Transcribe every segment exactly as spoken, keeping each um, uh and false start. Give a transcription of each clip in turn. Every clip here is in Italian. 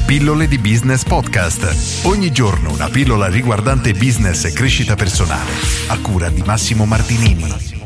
Pillole di Business Podcast. Ogni giorno una pillola riguardante business e crescita personale. A cura di Massimo Martinini.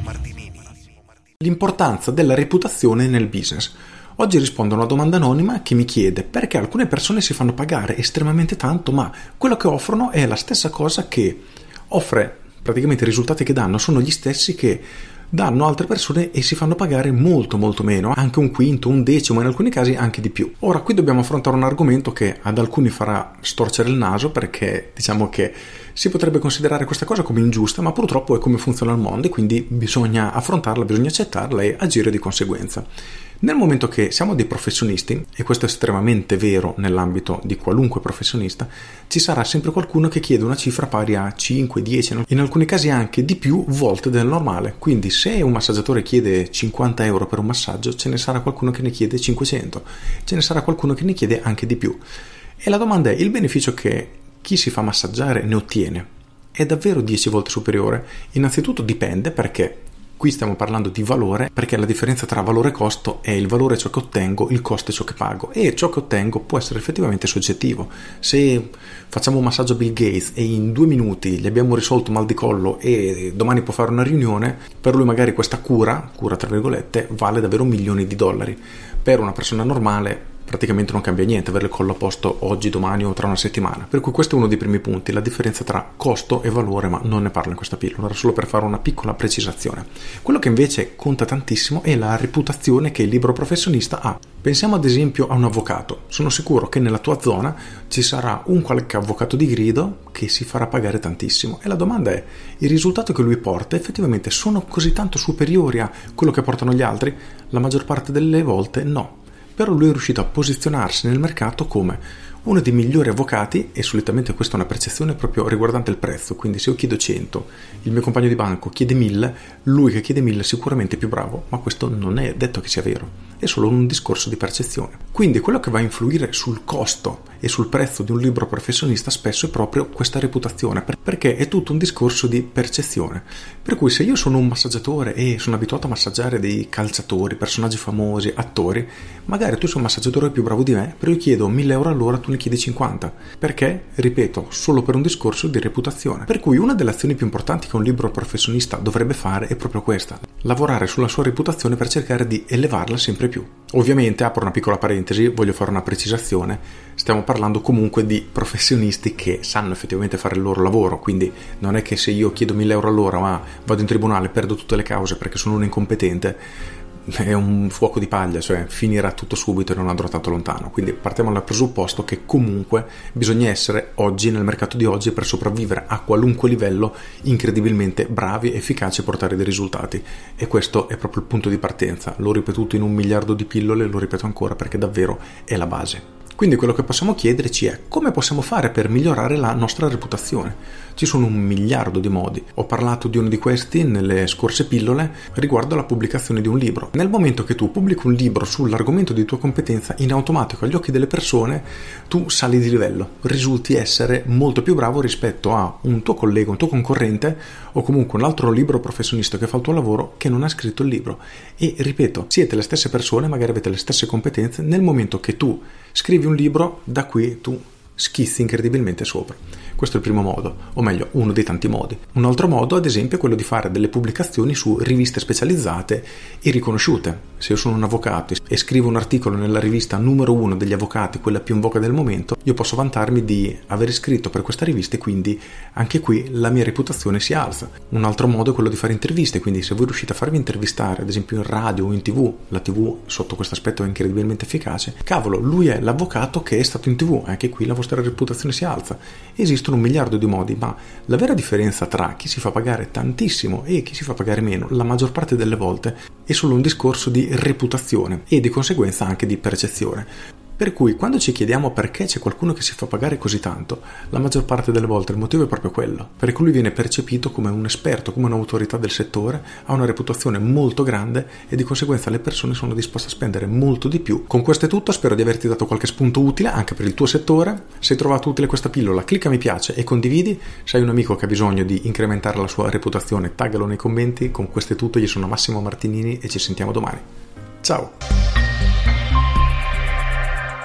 L'importanza della reputazione nel business. Oggi rispondo a una domanda anonima che mi chiede perché alcune persone si fanno pagare estremamente tanto, ma quello che offrono è la stessa cosa che offre, praticamente i risultati che danno sono gli stessi che danno altre persone e si fanno pagare molto molto meno, anche un quinto, un decimo, in alcuni casi anche di più. Ora qui dobbiamo affrontare un argomento che ad alcuni farà storcere il naso, perché diciamo che si potrebbe considerare questa cosa come ingiusta, ma purtroppo è come funziona il mondo e quindi bisogna affrontarla, bisogna accettarla e agire di conseguenza. Nel momento che siamo dei professionisti, e questo è estremamente vero nell'ambito di qualunque professionista, ci sarà sempre qualcuno che chiede una cifra pari a cinque, dieci, in alcuni casi anche di più volte del normale. Quindi se un massaggiatore chiede cinquanta euro per un massaggio, ce ne sarà qualcuno che ne chiede cinquecento, ce ne sarà qualcuno che ne chiede anche di più. E la domanda è: il beneficio che chi si fa massaggiare ne ottiene è davvero dieci volte superiore? Innanzitutto dipende, perché qui stiamo parlando di valore, perché la differenza tra valore e costo è il valore è ciò che ottengo, il costo è ciò che pago, e ciò che ottengo può essere effettivamente soggettivo. Se facciamo un massaggio a Bill Gates e in due minuti gli abbiamo risolto mal di collo e domani può fare una riunione, per lui magari questa cura, cura tra virgolette, vale davvero milioni di dollari. Per una persona normale praticamente non cambia niente avere il collo a posto oggi, domani o tra una settimana. Per cui questo è uno dei primi punti, la differenza tra costo e valore, ma non ne parlo in questa pillola, era solo per fare una piccola precisazione. Quello che invece conta tantissimo è la reputazione che il libero professionista ha. Pensiamo ad esempio a un avvocato. Sono sicuro che nella tua zona ci sarà un qualche avvocato di grido che si farà pagare tantissimo, e la domanda è: il risultato che lui porta effettivamente sono così tanto superiori a quello che portano gli altri? La maggior parte delle volte no. Però lui è riuscito a posizionarsi nel mercato come uno dei migliori avvocati, e solitamente questa è una percezione proprio riguardante il prezzo. Quindi se io chiedo cento, il mio compagno di banco chiede mille, lui che chiede mille è sicuramente più bravo, ma questo non è detto che sia vero, è solo un discorso di percezione. Quindi quello che va a influire sul costo e sul prezzo di un libero professionista spesso è proprio questa reputazione, perché è tutto un discorso di percezione. Per cui se io sono un massaggiatore e sono abituato a massaggiare dei calciatori, personaggi famosi, attori, magari tu sei un massaggiatore più bravo di me, però io chiedo mille euro all'ora, tu ne chiedi cinquanta, perché, ripeto, solo per un discorso di reputazione. Per cui una delle azioni più importanti che un libero professionista dovrebbe fare è proprio questa: lavorare sulla sua reputazione per cercare di elevarla sempre più. Ovviamente, apro una piccola parentesi, voglio fare una precisazione: stiamo parlando comunque di professionisti che sanno effettivamente fare il loro lavoro, quindi non è che se io chiedo mille euro all'ora ma vado in tribunale e perdo tutte le cause perché sono un incompetente, è un fuoco di paglia, cioè finirà tutto subito e non andrò tanto lontano. Quindi partiamo dal presupposto che comunque bisogna essere oggi, nel mercato di oggi, per sopravvivere a qualunque livello, incredibilmente bravi, efficaci e portare dei risultati, e questo è proprio il punto di partenza. L'ho ripetuto in un miliardo di pillole, lo ripeto ancora perché davvero è la base. Quindi quello che possiamo chiederci è: come possiamo fare per migliorare la nostra reputazione? Ci sono un miliardo di modi. Ho parlato di uno di questi nelle scorse pillole riguardo alla pubblicazione di un libro. Nel momento che tu pubblichi un libro sull'argomento di tua competenza, in automatico agli occhi delle persone tu sali di livello, risulti essere molto più bravo rispetto a un tuo collega, un tuo concorrente o comunque un altro libero professionista che fa il tuo lavoro che non ha scritto il libro. E ripeto, siete le stesse persone, magari avete le stesse competenze. Nel momento che tu scrivi un libro, da qui tu schizzi incredibilmente sopra. Questo è il primo modo, o meglio, uno dei tanti modi. Un altro modo, ad esempio, è quello di fare delle pubblicazioni su riviste specializzate e riconosciute. Se io sono un avvocato e scrivo un articolo nella rivista numero uno degli avvocati, quella più in voga del momento, io posso vantarmi di aver scritto per questa rivista e quindi anche qui la mia reputazione si alza. Un altro modo è quello di fare interviste, quindi se voi riuscite a farvi intervistare, ad esempio in radio o in tv, la tv sotto questo aspetto è incredibilmente efficace, cavolo, lui è l'avvocato che è stato in tv, anche qui la vostra reputazione si alza. Esistono un miliardo di modi, ma la vera differenza tra chi si fa pagare tantissimo e chi si fa pagare meno, la maggior parte delle volte, è solo un discorso di reputazione e di conseguenza anche di percezione. Per cui quando ci chiediamo perché c'è qualcuno che si fa pagare così tanto, la maggior parte delle volte il motivo è proprio quello, perché lui viene percepito come un esperto, come un'autorità del settore, ha una reputazione molto grande e di conseguenza le persone sono disposte a spendere molto di più. Con questo è tutto, spero di averti dato qualche spunto utile anche per il tuo settore. Se hai trovato utile questa pillola, clicca mi piace e condividi. Se hai un amico che ha bisogno di incrementare la sua reputazione, taggalo nei commenti. Con questo è tutto, io sono Massimo Martinini e ci sentiamo domani. Ciao!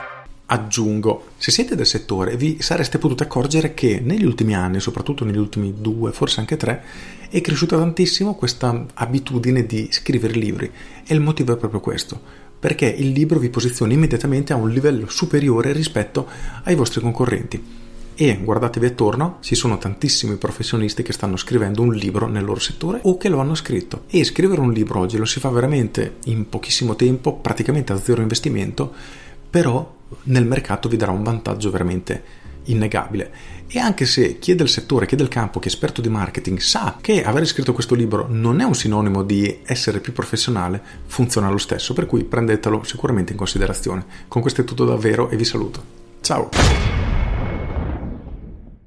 aggiungo, se siete del settore vi sareste potuti accorgere che negli ultimi anni, soprattutto negli ultimi due, forse anche tre, è cresciuta tantissimo questa abitudine di scrivere libri, e il motivo è proprio questo, perché il libro vi posiziona immediatamente a un livello superiore rispetto ai vostri concorrenti. E guardatevi attorno, ci sono tantissimi professionisti che stanno scrivendo un libro nel loro settore o che lo hanno scritto. E scrivere un libro oggi lo si fa veramente in pochissimo tempo, praticamente a zero investimento, però nel mercato vi darà un vantaggio veramente innegabile. E anche se chi è del settore, chi è del campo, chi è esperto di marketing sa che aver scritto questo libro non è un sinonimo di essere più professionale, funziona lo stesso, per cui prendetelo sicuramente in considerazione. Con questo è tutto davvero e vi saluto. Ciao!